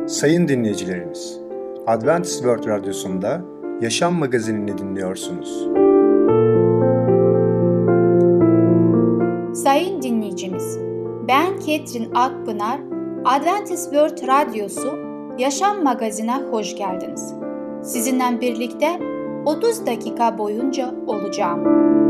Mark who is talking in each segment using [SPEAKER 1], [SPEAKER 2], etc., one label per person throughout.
[SPEAKER 1] Sayın dinleyicilerimiz, Adventist World Radyosu'nda Yaşam Magazinini dinliyorsunuz.
[SPEAKER 2] Sayın dinleyicimiz, ben Ketrin Akpınar, Adventist World Radyosu Yaşam Magazinine hoş geldiniz. Sizinle birlikte 30 dakika boyunca olacağım.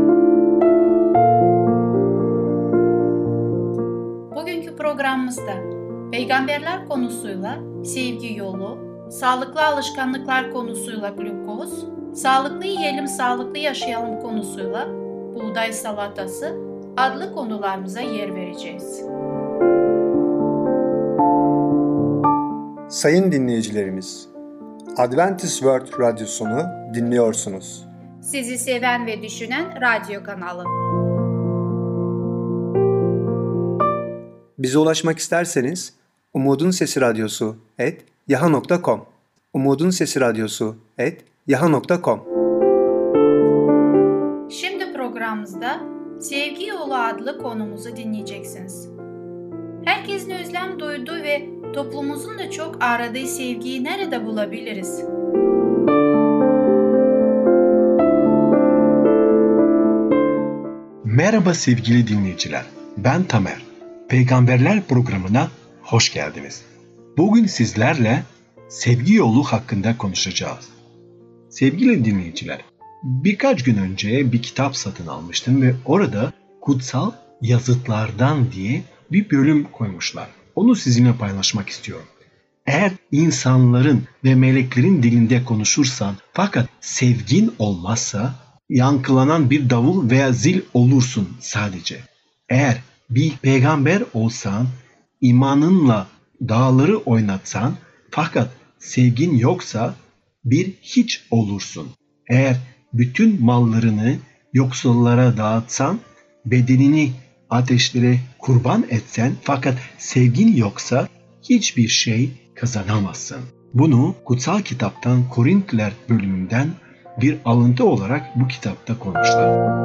[SPEAKER 2] Bugünkü programımızda peygamberler konusuyla sevgi yolu, sağlıklı alışkanlıklar konusuyla glukoz, sağlıklı yiyelim, sağlıklı yaşayalım konusuyla buğday salatası adlı konularımıza yer vereceğiz.
[SPEAKER 1] Sayın dinleyicilerimiz, Adventist World Radyosunu dinliyorsunuz.
[SPEAKER 2] Sizi seven ve düşünen radyo kanalı.
[SPEAKER 1] Bize ulaşmak isterseniz umudunsesiradyosu@yahoo.com umudunsesiradyosu@yahoo.com.
[SPEAKER 2] Şimdi programımızda Sevgi Yolu adlı konumuzu dinleyeceksiniz. Herkesin özlem duyduğu ve toplumumuzun da çok aradığı sevgiyi nerede bulabiliriz?
[SPEAKER 3] Merhaba sevgili dinleyiciler, ben Tamer. Peygamberler programına hoş geldiniz. Bugün sizlerle sevgi yolu hakkında konuşacağız. Sevgili dinleyiciler, birkaç gün önce bir kitap satın almıştım ve orada kutsal yazıtlardan diye bir bölüm koymuşlar. Onu sizinle paylaşmak istiyorum. Eğer insanların ve meleklerin dilinde konuşursan fakat sevgin olmazsa yankılanan bir davul veya zil olursun sadece. Eğer bir peygamber olsan, imanınla dağları oynatsan fakat sevgin yoksa bir hiç olursun. Eğer bütün mallarını yoksullara dağıtsan, bedenini ateşlere kurban etsen fakat sevgin yoksa hiçbir şey kazanamazsın. Bunu kutsal kitaptan Korintliler bölümünden bir alıntı olarak bu kitapta konuşlar.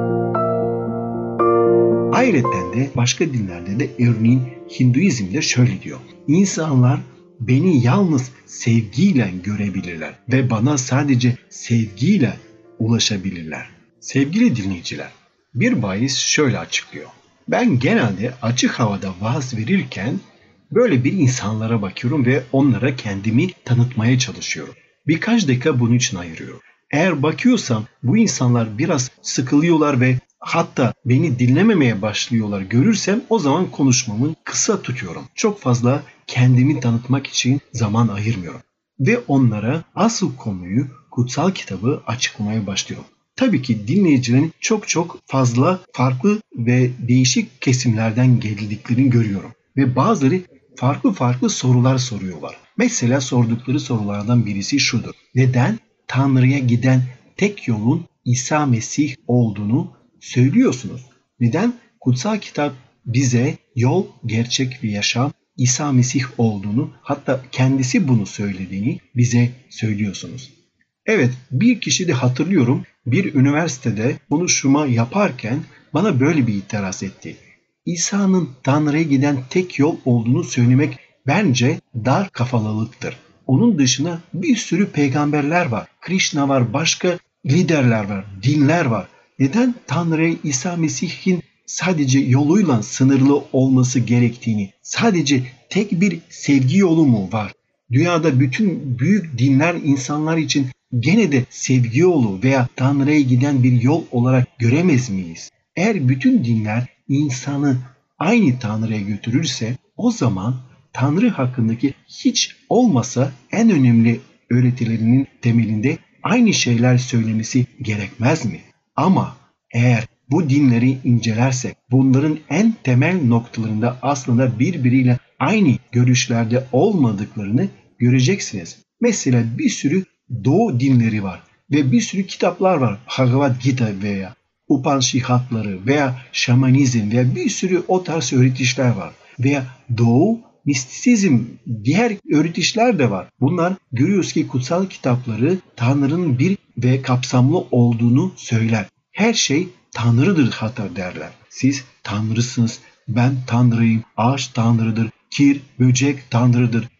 [SPEAKER 3] Ayrıca de başka dinlerde de örneğin Hinduizm'de şöyle diyor. İnsanlar beni yalnız sevgiyle görebilirler ve bana sadece sevgiyle ulaşabilirler. Sevgili dinleyiciler, bir bahis şöyle açıklıyor. Ben genelde açık havada vaaz verirken böyle bir insanlara bakıyorum ve onlara kendimi tanıtmaya çalışıyorum. Birkaç dakika bunun için ayırıyorum. Eğer bakıyorsam bu insanlar biraz sıkılıyorlar ve hatta beni dinlememeye başlıyorlar görürsem o zaman konuşmamı kısa tutuyorum. Çok fazla kendimi tanıtmak için zaman ayırmıyorum. Ve onlara asıl konuyu, kutsal kitabı açıklamaya başlıyorum. Tabii ki dinleyicilerin çok fazla farklı ve değişik kesimlerden geldiklerini görüyorum. Ve bazıları farklı sorular soruyorlar. Mesela sordukları sorulardan birisi şudur. Neden Tanrı'ya giden tek yolun İsa Mesih olduğunu söylüyorsunuz? Neden kutsal kitap bize yol, gerçek ve yaşam İsa Mesih olduğunu, hatta kendisi bunu söylediğini bize söylüyorsunuz? Evet, bir kişi de hatırlıyorum, bir üniversitede konuşma yaparken bana böyle bir itiraz etti. İsa'nın Tanrı'ya giden tek yol olduğunu söylemek bence dar kafalılıktır. Onun dışında bir sürü peygamberler var. Krishna var, başka liderler var, dinler var. Neden Tanrı'ya İsa Mesih'in sadece yoluyla sınırlı olması gerektiğini, sadece tek bir sevgi yolu mu var? Dünyada bütün büyük dinler insanlar için gene de sevgi yolu veya Tanrı'ya giden bir yol olarak göremez miyiz? Eğer bütün dinler insanı aynı Tanrı'ya götürürse o zaman Tanrı hakkındaki hiç olmasa en önemli öğretilerinin temelinde aynı şeyler söylemesi gerekmez mi? Ama eğer bu dinleri incelersek bunların en temel noktalarında aslında birbiriyle aynı görüşlerde olmadıklarını göreceksiniz. Mesela bir sürü Doğu dinleri var ve bir sürü kitaplar var. Bhagavad Gita veya Upanishadları veya şamanizm veya bir sürü o tarz öğretişler var. Veya Doğu mistisizm, diğer öğretişler de var. Bunlar görüyoruz ki kutsal kitapları Tanrı'nın bir ve kapsamlı olduğunu söyler. Her şey Tanrı'dır hatta derler. Siz Tanrısınız, ben Tanrıyım, ağaç Tanrı'dır, kir, böcek Tanrı'dır.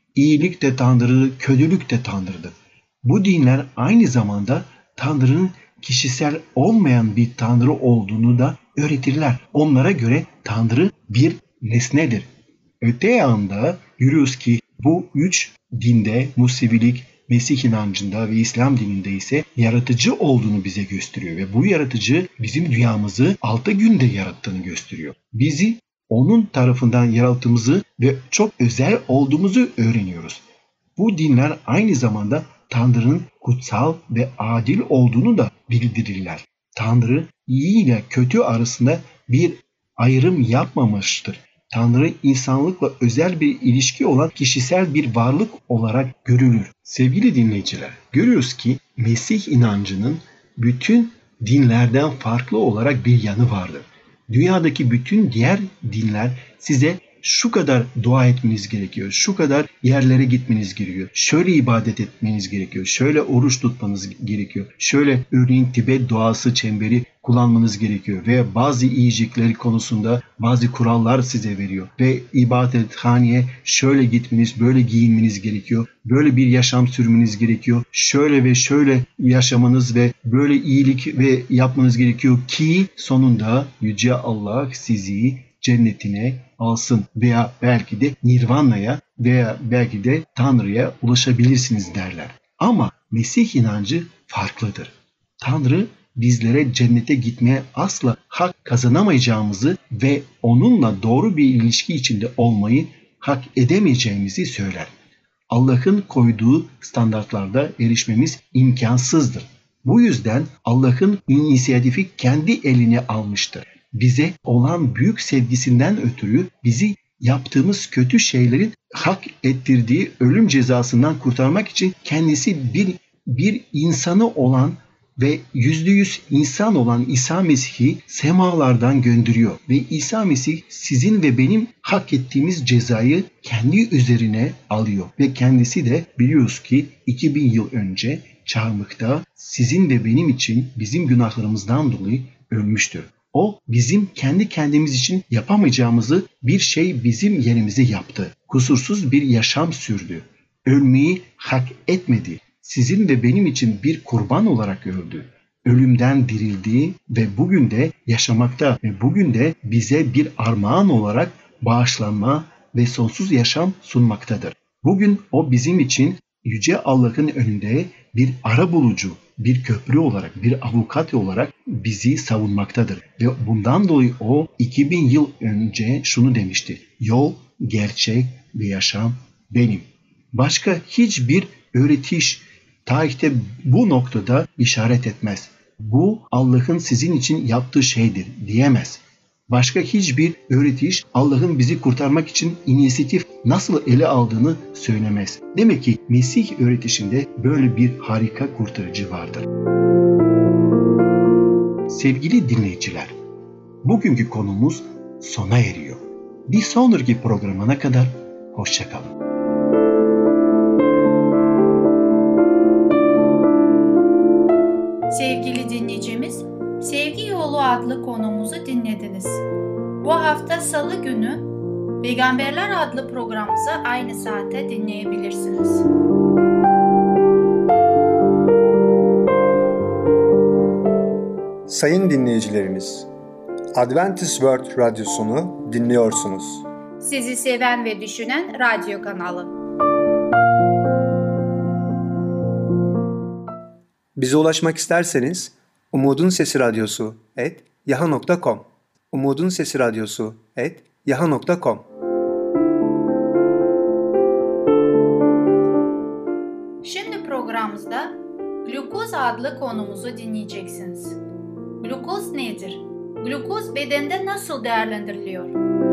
[SPEAKER 3] İyilik de Tanrı, kötülük de Tanrı'dır. Bu dinler aynı zamanda Tanrı'nın kişisel olmayan bir Tanrı olduğunu da öğretirler. Onlara göre Tanrı bir nesnedir. Öte yanda görüyoruz ki bu üç dinde, Musevilik, Mesih inancında ve İslam dininde ise yaratıcı olduğunu bize gösteriyor. Ve bu yaratıcı bizim dünyamızı 6 günde yarattığını gösteriyor. Bizi onun tarafından yarattığımızı ve çok özel olduğumuzu öğreniyoruz. Bu dinler aynı zamanda Tanrı'nın kutsal ve adil olduğunu da bildirirler. Tanrı iyi ile kötü arasında bir ayrım yapmamıştır. Tanrı insanlıkla özel bir ilişki olan kişisel bir varlık olarak görülür. Sevgili dinleyiciler, görüyoruz ki Mesih inancının bütün dinlerden farklı olarak bir yanı vardır. Dünyadaki bütün diğer dinler size şu kadar dua etmeniz gerekiyor, şu kadar yerlere gitmeniz gerekiyor, şöyle ibadet etmeniz gerekiyor, şöyle oruç tutmanız gerekiyor, şöyle örneğin Tibet duası çemberi kullanmanız gerekiyor ve bazı yiyecekleri konusunda bazı kurallar size veriyor ve ibadethaneye şöyle gitmeniz, böyle giyinmeniz gerekiyor, böyle bir yaşam sürmeniz gerekiyor, şöyle ve şöyle yaşamanız ve böyle iyilik ve yapmanız gerekiyor ki sonunda Yüce Allah sizi cennetine alsın veya belki de Nirvana'ya veya belki de Tanrı'ya ulaşabilirsiniz derler. Ama Mesih inancı farklıdır. Tanrı bizlere cennete gitmeye asla hak kazanamayacağımızı ve onunla doğru bir ilişki içinde olmayı hak edemeyeceğimizi söyler. Allah'ın koyduğu standartlarda erişmemiz imkansızdır. Bu yüzden Allah'ın inisiyatifi kendi eline almıştır. Bize olan büyük sevgisinden ötürü bizi yaptığımız kötü şeylerin hak ettirdiği ölüm cezasından kurtarmak için kendisi bir insanı olan ve %100 insan olan İsa Mesih'i semalardan gönderiyor. Ve İsa Mesih sizin ve benim hak ettiğimiz cezayı kendi üzerine alıyor. Ve kendisi de biliyoruz ki 2000 yıl önce çarmıhta sizin ve benim için bizim günahlarımızdan dolayı ölmüştür. O bizim kendi kendimiz için yapamayacağımızı bir şey bizim yerimize yaptı. Kusursuz bir yaşam sürdü. Ölmeyi hak etmedi. Sizin ve benim için bir kurban olarak öldü. Ölümden dirildi ve bugün de yaşamakta ve bugün de bize bir armağan olarak bağışlanma ve sonsuz yaşam sunmaktadır. Bugün o bizim için Yüce Allah'ın önünde bir arabulucu, bir köprü olarak, bir avukat olarak bizi savunmaktadır. Ve bundan dolayı o 2000 yıl önce şunu demişti. Yol, gerçek ve yaşam benim. Başka hiçbir öğretiş tarihte bu noktada işaret etmez. Bu Allah'ın sizin için yaptığı şeydir diyemez. Başka hiçbir öğretiş Allah'ın bizi kurtarmak için inisiyatif nasıl ele aldığını söylemez. Demek ki Mesih öğretişinde böyle bir harika kurtarıcı vardır. Sevgili dinleyiciler, bugünkü konumuz sona eriyor. Bir sonraki programına kadar hoşça kalın.
[SPEAKER 2] Sevgili dinleyicimiz, Sevgi Yolu adlı konumuzu dinlediniz. Bu hafta Salı günü Peygamberler adlı programımızı aynı saatte dinleyebilirsiniz.
[SPEAKER 1] Sayın dinleyicilerimiz, Adventist World Radyosunu dinliyorsunuz.
[SPEAKER 2] Sizi seven ve düşünen radyo kanalı.
[SPEAKER 1] Bize ulaşmak isterseniz umudunsesiradyosu@yahoo.com umudunsesiradyosu@yahoo.com.
[SPEAKER 2] Şimdi programımızda glukoz adlı konumuzu dinleyeceksiniz. Glukoz nedir? Glukoz bedende nasıl değerlendiriliyor?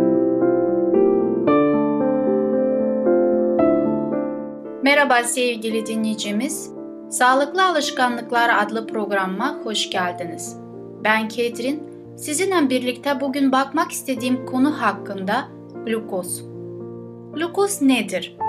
[SPEAKER 2] Merhaba sevgili dinleyicimiz. Sağlıklı Alışkanlıklar adlı programıma hoş geldiniz. Ben Ketrin. Sizinle birlikte bugün bakmak istediğim konu hakkında glukoz. Glukoz nedir?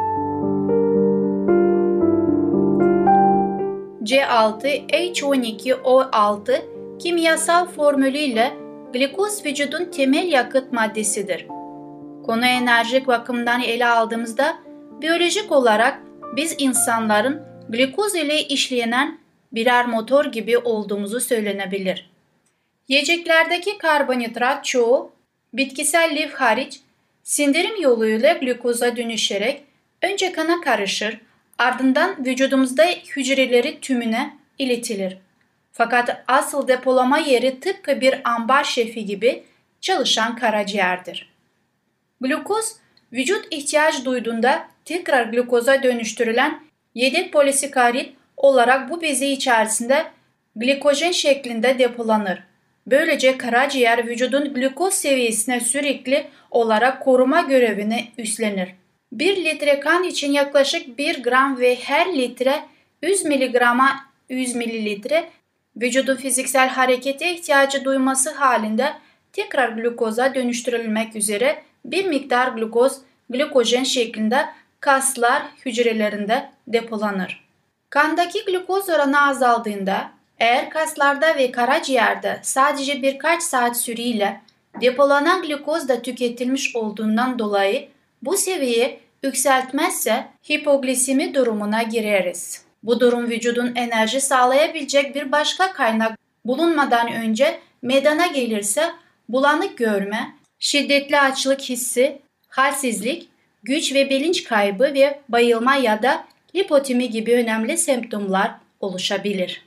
[SPEAKER 2] C6H12O6 kimyasal formülüyle glikoz vücudun temel yakıt maddesidir. Konu enerjik bakımdan ele aldığımızda Biyolojik olarak biz insanların glikoz ile işlenen birer motor gibi olduğumuzu söylenebilir. Yiyeceklerdeki karbonhidrat çoğu bitkisel lif hariç sindirim yoluyla glikoza dönüşerek önce kana karışır, ardından vücudumuzda hücreleri tümüne iletilir. Fakat asıl depolama yeri tıpkı bir ambar şefi gibi çalışan karaciğerdir. Glukoz, vücut ihtiyaç duyduğunda tekrar glukoza dönüştürülen yedek polisakarit olarak bu bezi içerisinde glikojen şeklinde depolanır. Böylece karaciğer vücudun glukoz seviyesine sürekli olarak koruma görevini üstlenir. 1 litre kan için yaklaşık 1 gram ve her litre 100 miligrama 100 mililitre vücudun fiziksel harekete ihtiyacı duyması halinde tekrar glukoza dönüştürülmek üzere bir miktar glikojen şeklinde kaslar hücrelerinde depolanır. Kandaki glukoz oranı azaldığında, eğer kaslarda ve karaciğerde sadece birkaç saat süreyle depolanan glukoz da tüketilmiş olduğundan dolayı bu seviyeyi yükseltmezse hipoglisemi durumuna gireriz. Bu durum vücudun enerji sağlayabilecek bir başka kaynak bulunmadan önce meydana gelirse bulanık görme, şiddetli açlık hissi, halsizlik, güç ve bilinç kaybı ve bayılma ya da lipotimi gibi önemli semptomlar oluşabilir.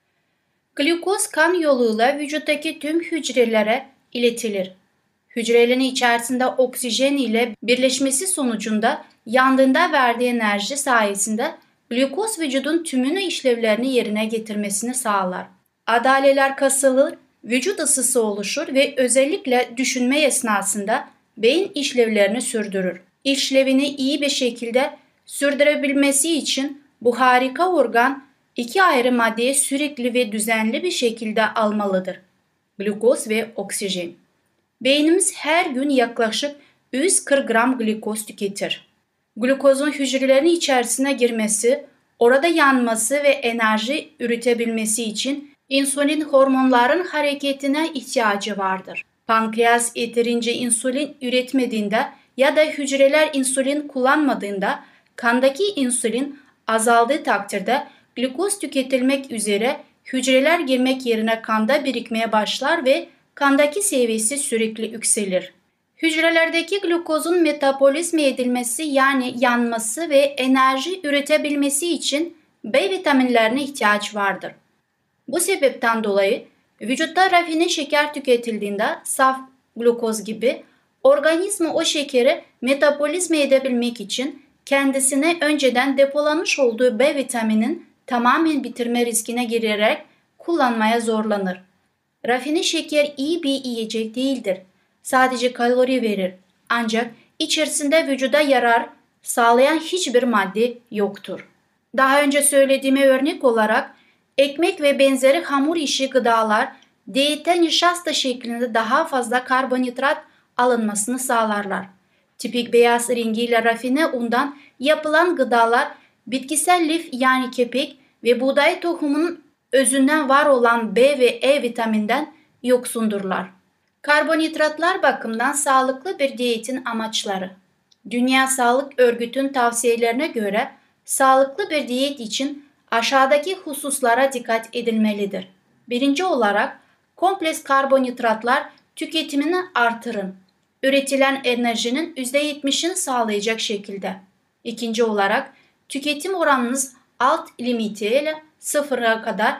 [SPEAKER 2] Glukoz kan yoluyla vücuttaki tüm hücrelere iletilir. Hücrelerin içerisinde oksijen ile birleşmesi sonucunda yandığında verdiği enerji sayesinde glukoz vücudun tümünü işlevlerini yerine getirmesini sağlar. Adaleler kasılır, vücut ısısı oluşur ve özellikle düşünme esnasında beyin işlevlerini sürdürür. İşlevini iyi bir şekilde sürdürebilmesi için bu harika organ iki ayrı maddeyi sürekli ve düzenli bir şekilde almalıdır: glukoz ve oksijen. Beynimiz her gün yaklaşık 140 gram glukoz tüketir. Glukozun hücrelerin içerisine girmesi, orada yanması ve enerji üretebilmesi için insülin hormonların hareketine ihtiyacı vardır. Pankreas yeterince insülin üretmediğinde ya da hücreler insülin kullanmadığında kandaki insülin azaldığı takdirde glukoz tüketilmek üzere hücreler girmek yerine kanda birikmeye başlar ve kandaki seviyesi sürekli yükselir. Hücrelerdeki glukozun metabolizme edilmesi yani yanması ve enerji üretebilmesi için B vitaminlerine ihtiyaç vardır. Bu sebepten dolayı vücutta rafine şeker tüketildiğinde saf glukoz gibi organizma o şekeri metabolizme edebilmek için kendisine önceden depolanmış olduğu B vitaminin tamamen bitirme riskine girerek kullanmaya zorlanır. Rafine şeker iyi bir yiyecek değildir. Sadece kalori verir. Ancak içerisinde vücuda yarar sağlayan hiçbir madde yoktur. Daha önce söylediğime örnek olarak ekmek ve benzeri hamur işi gıdalar diyetten nişasta şeklinde daha fazla karbonhidrat alınmasını sağlarlar. Tipik beyaz rengiyle rafine undan yapılan gıdalar bitkisel lif yani kepek ve buğday tohumunun özünden var olan B ve E vitaminden yoksundurlar. Karbonhidratlar bakımından sağlıklı bir diyetin amaçları. Dünya Sağlık Örgütü'nün tavsiyelerine göre sağlıklı bir diyet için aşağıdaki hususlara dikkat edilmelidir. Birinci olarak kompleks karbonhidratlar tüketimini artırın. Üretilen enerjinin %70'ini sağlayacak şekilde. İkinci olarak tüketim oranınız alt limitiyle sıfıra kadar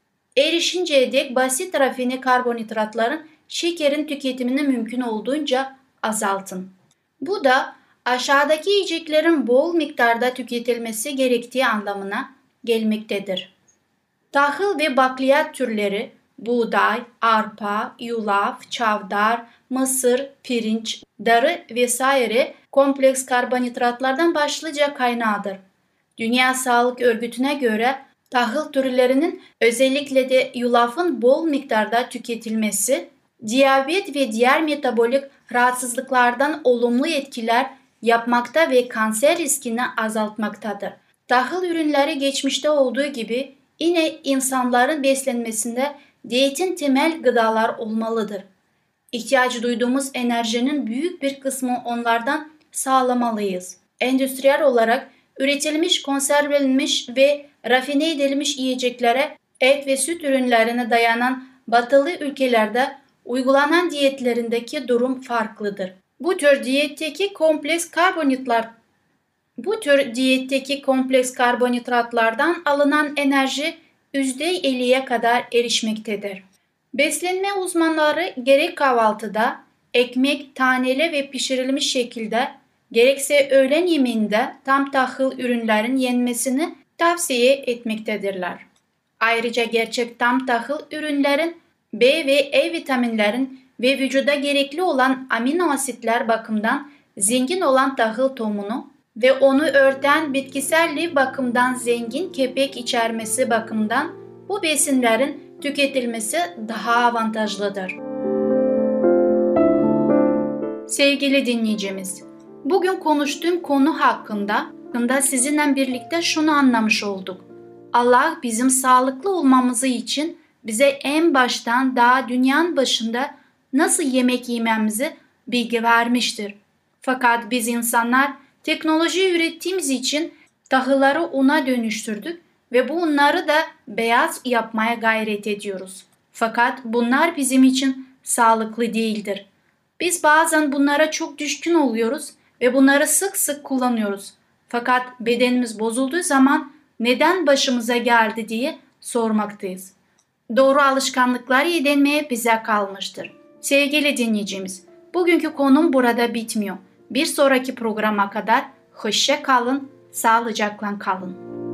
[SPEAKER 2] erişinceye dek basit rafine karbonhidratların şekerin tüketimini mümkün olduğunca azaltın. Bu da aşağıdaki yiyeceklerin bol miktarda tüketilmesi gerektiği anlamına gelmektedir. Tahıl ve bakliyat türleri, buğday, arpa, yulaf, çavdar, mısır, pirinç, darı vesaire kompleks karbonhidratlardan başlıca kaynağıdır. Dünya Sağlık Örgütü'ne göre tahıl türlerinin özellikle de yulafın bol miktarda tüketilmesi, diyabet ve diğer metabolik rahatsızlıklardan olumlu etkiler yapmakta ve kanser riskini azaltmaktadır. Tahıl ürünleri geçmişte olduğu gibi yine insanların beslenmesinde diyetin temel gıdalar olmalıdır. İhtiyacı duyduğumuz enerjinin büyük bir kısmı onlardan sağlamalıyız. endüstriyel olarak üretilmiş, konservelenmiş ve rafine edilmiş yiyeceklere, et ve süt ürünlerine dayanan batılı ülkelerde uygulanan diyetlerindeki durum farklıdır. Bu tür diyetteki kompleks karbonhidratlardan alınan enerji %50'ye kadar erişmektedir. Beslenme uzmanları gerek kahvaltıda, ekmek, taneli ve pişirilmiş şekilde, gerekse öğlen yemeğinde tam tahıl ürünlerin yenmesini tavsiye etmektedirler. Ayrıca gerçek tam tahıl ürünlerin B ve E vitaminlerin ve vücuda gerekli olan amino asitler bakımından zengin olan tahıl tohumunu ve onu örten bitkisel lif bakımından zengin kepek içermesi bakımından bu besinlerin tüketilmesi daha avantajlıdır. Sevgili dinleyicimiz, bugün konuştuğum konu hakkında sizinle birlikte şunu anlamış olduk. Allah bizim sağlıklı olmamızı için bize en baştan daha dünyanın başında nasıl yemek yememizi bilgi vermiştir. Fakat biz insanlar teknoloji ürettiğimiz için tahılları una dönüştürdük ve bu unları da beyaz yapmaya gayret ediyoruz. Fakat bunlar bizim için sağlıklı değildir. Biz bazen bunlara çok düşkün oluyoruz ve bunları sık sık kullanıyoruz. Fakat bedenimiz bozulduğu zaman neden başımıza geldi diye sormaktayız. Doğru alışkanlıklar edinmeye bize kalmıştır. Sevgili dinleyicimiz, bugünkü konum burada bitmiyor. Bir sonraki programa kadar hoşça kalın, sağlıcakla kalın.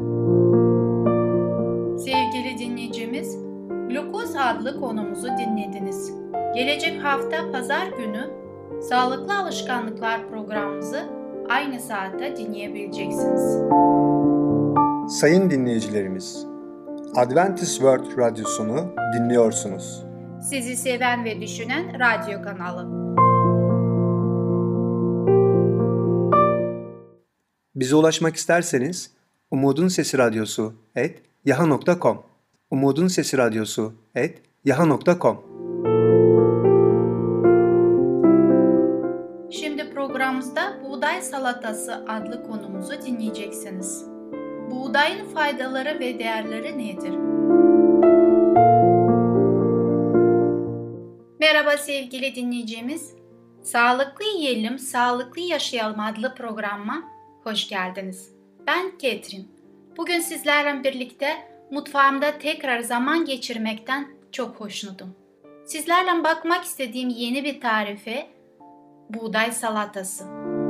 [SPEAKER 2] Sevgili dinleyicimiz, Glukoz adlı konumuzu dinlediniz. Gelecek hafta pazar günü Sağlıklı Alışkanlıklar programımızı aynı saatte dinleyebileceksiniz.
[SPEAKER 1] Sayın dinleyicilerimiz, Adventist World Radyosunu dinliyorsunuz.
[SPEAKER 2] Sizi seven ve düşünen radyo kanalı.
[SPEAKER 1] Bize ulaşmak isterseniz Umutun Sesi Radyosu @yahoo.com Umutun Sesi Radyosu @yahoo.com.
[SPEAKER 2] Şimdi programımızda buğday salatası adlı konumuzu dinleyeceksiniz. Buğdayın faydaları ve değerleri nedir? Merhaba sevgili dinleyicimiz. Sağlıklı Yiyelim, Sağlıklı Yaşayalım adlı programıma hoş geldiniz. Ben Ketrin. Bugün sizlerle birlikte mutfağımda tekrar zaman geçirmekten çok hoşnutum. Sizlerle bakmak istediğim yeni bir tarife buğday salatası.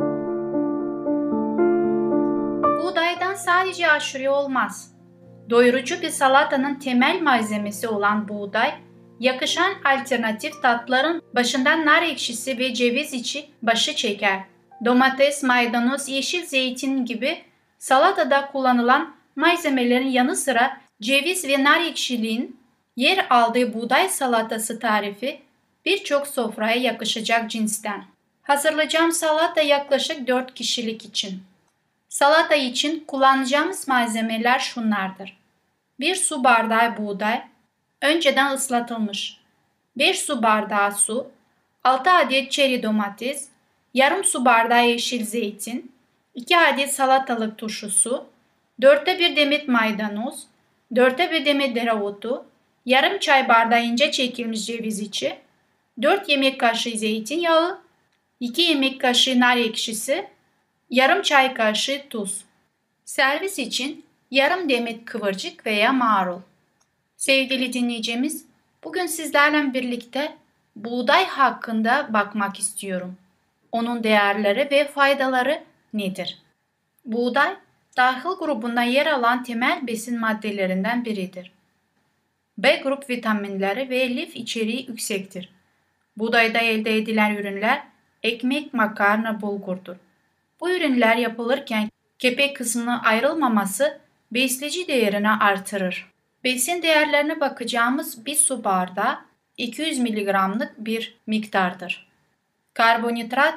[SPEAKER 2] Buğdaydan sadece aşure olmaz. Doyurucu bir salatanın temel malzemesi olan buğday, yakışan alternatif tatların başından nar ekşisi ve ceviz içi başı çeker. Domates, maydanoz, yeşil zeytin gibi salatada kullanılan malzemelerin yanı sıra ceviz ve nar ekşiliğin yer aldığı buğday salatası tarifi birçok sofraya yakışacak cinsten. Hazırlayacağım salata yaklaşık 4 kişilik için. Salata için kullanacağımız malzemeler şunlardır. 1 su bardağı buğday, önceden ıslatılmış. 5 su bardağı su, 6 adet çeri domates, yarım su bardağı yeşil zeytin, 2 adet salatalık turşusu, 4'te 1 demet maydanoz, 4'te 1 demet dereotu, yarım çay bardağı ince çekilmiş ceviz içi, 4 yemek kaşığı zeytinyağı, 2 yemek kaşığı nar ekşisi, yarım çay kaşığı tuz. Servis için yarım demet kıvırcık veya marul. Sevgili dinleyicimiz, bugün sizlerle birlikte buğday hakkında bakmak istiyorum. Onun değerleri ve faydaları nedir? Buğday, tahıl grubunda yer alan temel besin maddelerinden biridir. B grup vitaminleri ve lif içeriği yüksektir. Buğdayda elde edilen ürünler ekmek, makarna, bulgurdur. Bu ürünler yapılırken kepek kısmının ayrılmaması besleyici değerini artırır. Besin değerlerine bakacağımız bir su bardağı 200 mg'lık bir miktardır. Karbonhidrat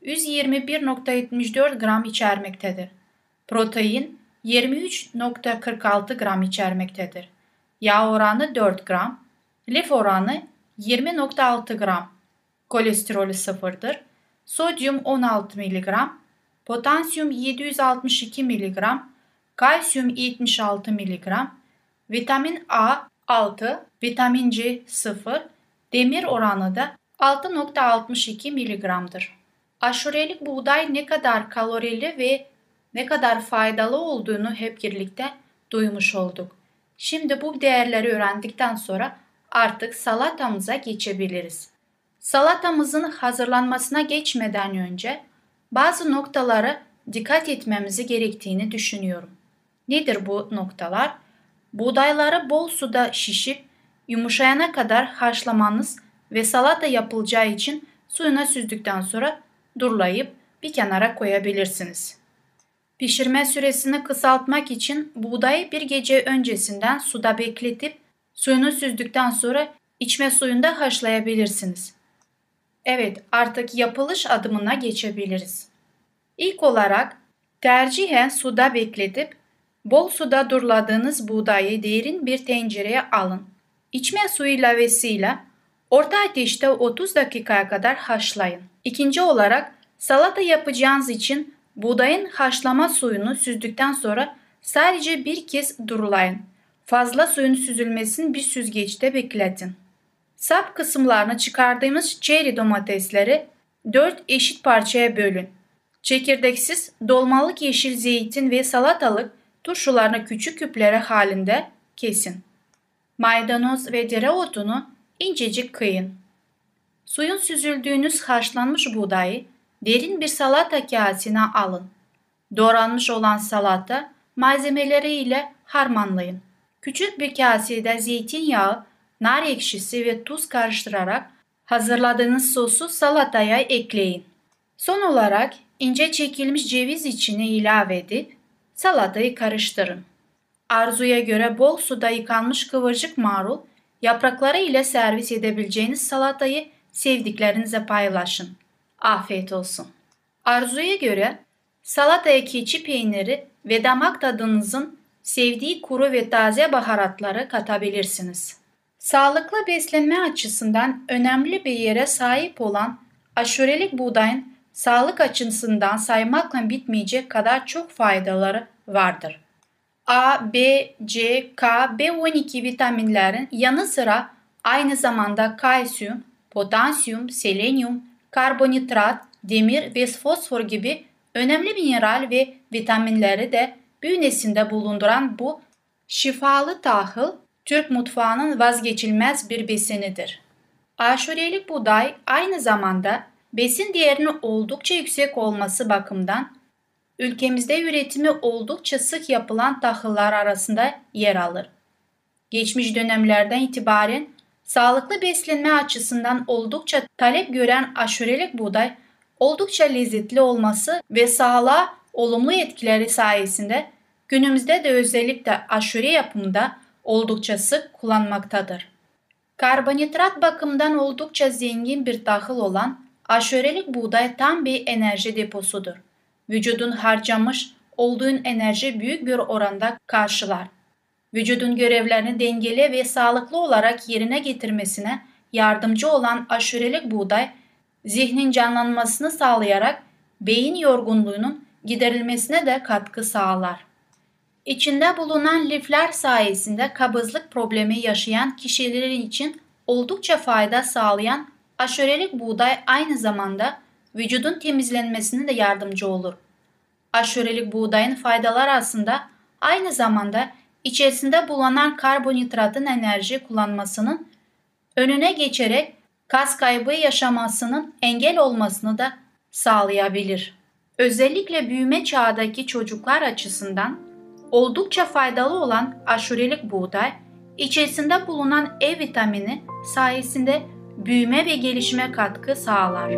[SPEAKER 2] 121,74 gram içermektedir. Protein 23,46 gram içermektedir. Yağ oranı 4 gram, lif oranı 20,6 gram. Kolesterolü sıfırdır. Sodyum 16 mg, potasyum 762 mg, kalsiyum 76 mg, vitamin A 6, vitamin C 0, demir oranı da 6,62 mg'dır. Aşurelik buğday ne kadar kalorili ve ne kadar faydalı olduğunu hep birlikte duymuş olduk. Şimdi bu değerleri öğrendikten sonra artık salatamıza geçebiliriz. Salatamızın hazırlanmasına geçmeden önce bazı noktalara dikkat etmemizi gerektiğini düşünüyorum. Nedir bu noktalar? Buğdayları bol suda şişip yumuşayana kadar haşlamanız ve salata yapılacağı için suyuna süzdükten sonra durulayıp bir kenara koyabilirsiniz. Pişirme süresini kısaltmak için buğdayı bir gece öncesinden suda bekletip suyunu süzdükten sonra içme suyunda haşlayabilirsiniz. Evet, artık yapılış adımına geçebiliriz. İlk olarak tercihen suda bekletip bol suda duruladığınız buğdayı derin bir tencereye alın. İçme suyu ilavesiyle orta ateşte 30 dakikaya kadar haşlayın. İkinci olarak salata yapacağınız için buğdayın haşlama suyunu süzdükten sonra sadece bir kez durulayın. Fazla suyun süzülmesini bir süzgeçte bekletin. Sap kısımlarını çıkardığımız çeri domatesleri 4 eşit parçaya bölün. Çekirdeksiz dolmalık yeşil zeytin ve salatalık turşularını küçük küplere halinde kesin. Maydanoz ve dereotunu incecik kıyın. Suyun süzüldüğünüz haşlanmış buğdayı derin bir salata kasesine alın. Doğranmış olan salata malzemeleri ile harmanlayın. Küçük bir kasede zeytinyağı, nar ekşisi ve tuz karıştırarak hazırladığınız sosu salataya ekleyin. Son olarak ince çekilmiş ceviz içine ilave edip salatayı karıştırın. Arzuya göre bol suda yıkanmış kıvırcık marul yaprakları ile servis edebileceğiniz salatayı sevdiklerinize paylaşın. Afiyet olsun. Arzuya göre salataya keçi peyniri ve damak tadınızın sevdiği kuru ve taze baharatları katabilirsiniz. Sağlıklı beslenme açısından önemli bir yere sahip olan aşurelik buğdayın sağlık açısından saymakla bitmeyecek kadar çok faydaları vardır. A, B, C, K, B12 vitaminlerin yanı sıra aynı zamanda kalsiyum, potasyum, selenyum, karbonhidrat, demir ve fosfor gibi önemli mineral ve vitaminleri de bünyesinde bulunduran bu şifalı tahıl Türk mutfağının vazgeçilmez bir besinidir. Aşurelik buğday aynı zamanda besin değerinin oldukça yüksek olması bakımından ülkemizde üretimi oldukça sık yapılan tahıllar arasında yer alır. Geçmiş dönemlerden itibaren sağlıklı beslenme açısından oldukça talep gören aşurelik buğday oldukça lezzetli olması ve sağlığa olumlu etkileri sayesinde günümüzde de özellikle aşure yapımında oldukça sık kullanmaktadır. Karbonhidrat bakımından oldukça zengin bir tahıl olan aşurelik buğday tam bir enerji deposudur. Vücudun harcamış olduğu enerji büyük bir oranda karşılar. Vücudun görevlerini dengeli ve sağlıklı olarak yerine getirmesine yardımcı olan aşurelik buğday, zihnin canlanmasını sağlayarak beyin yorgunluğunun giderilmesine de katkı sağlar. İçinde bulunan lifler sayesinde kabızlık problemi yaşayan kişiler için oldukça fayda sağlayan aşurelik buğday aynı zamanda vücudun temizlenmesine de yardımcı olur. Aşurelik buğdayın faydaları aslında aynı zamanda içerisinde bulunan karbonhidratın enerji kullanmasının önüne geçerek kas kaybı yaşamasının engel olmasını da sağlayabilir. Özellikle büyüme çağdaki çocuklar açısından oldukça faydalı olan aşurelik buğday, içerisinde bulunan E vitamini sayesinde büyüme ve gelişime katkı sağlar.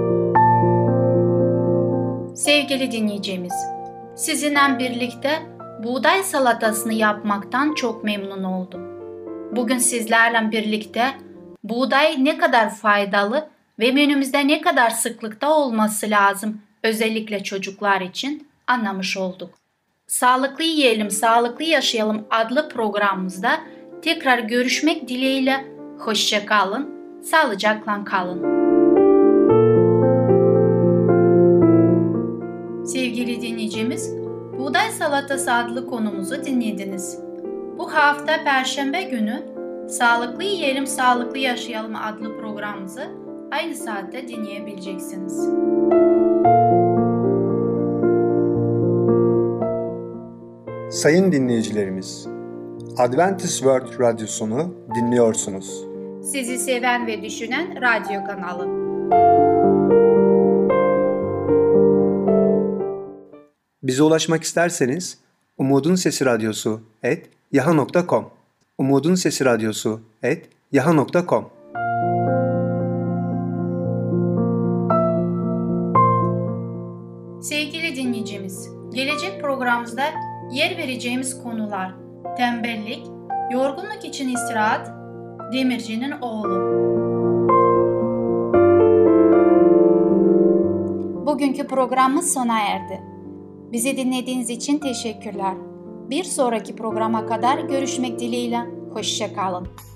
[SPEAKER 2] Sevgili dinleyicimiz, sizinle birlikte buğday salatasını yapmaktan çok memnun oldum. Bugün sizlerle birlikte buğday ne kadar faydalı ve menümüzde ne kadar sıklıkta olması lazım özellikle çocuklar için anlamış olduk. Sağlıklı Yiyelim, Sağlıklı Yaşayalım adlı programımızda tekrar görüşmek dileğiyle hoşça kalın, sağlıcakla kalın. Sevgili dinleyicimiz, Buğday Salatası adlı konumuzu dinlediniz. Bu hafta Perşembe günü Sağlıklı Yiyelim, Sağlıklı Yaşayalım adlı programımızı aynı saatte dinleyebileceksiniz.
[SPEAKER 1] Sayın dinleyicilerimiz, Adventist World Radyosunu dinliyorsunuz.
[SPEAKER 2] Sizi seven ve düşünen radyo kanalı.
[SPEAKER 1] Bize ulaşmak isterseniz umudunsesiradyosu@yaha.com umudunsesiradyosu@yaha.com.
[SPEAKER 2] Sevgili dinleyicimiz, gelecek programımızda yer vereceğimiz konular: tembellik, yorgunluk için istirahat, demircinin oğlu. Bugünkü programımız sona erdi. Bizi dinlediğiniz için teşekkürler. Bir sonraki programa kadar görüşmek dileğiyle. Hoşça kalın.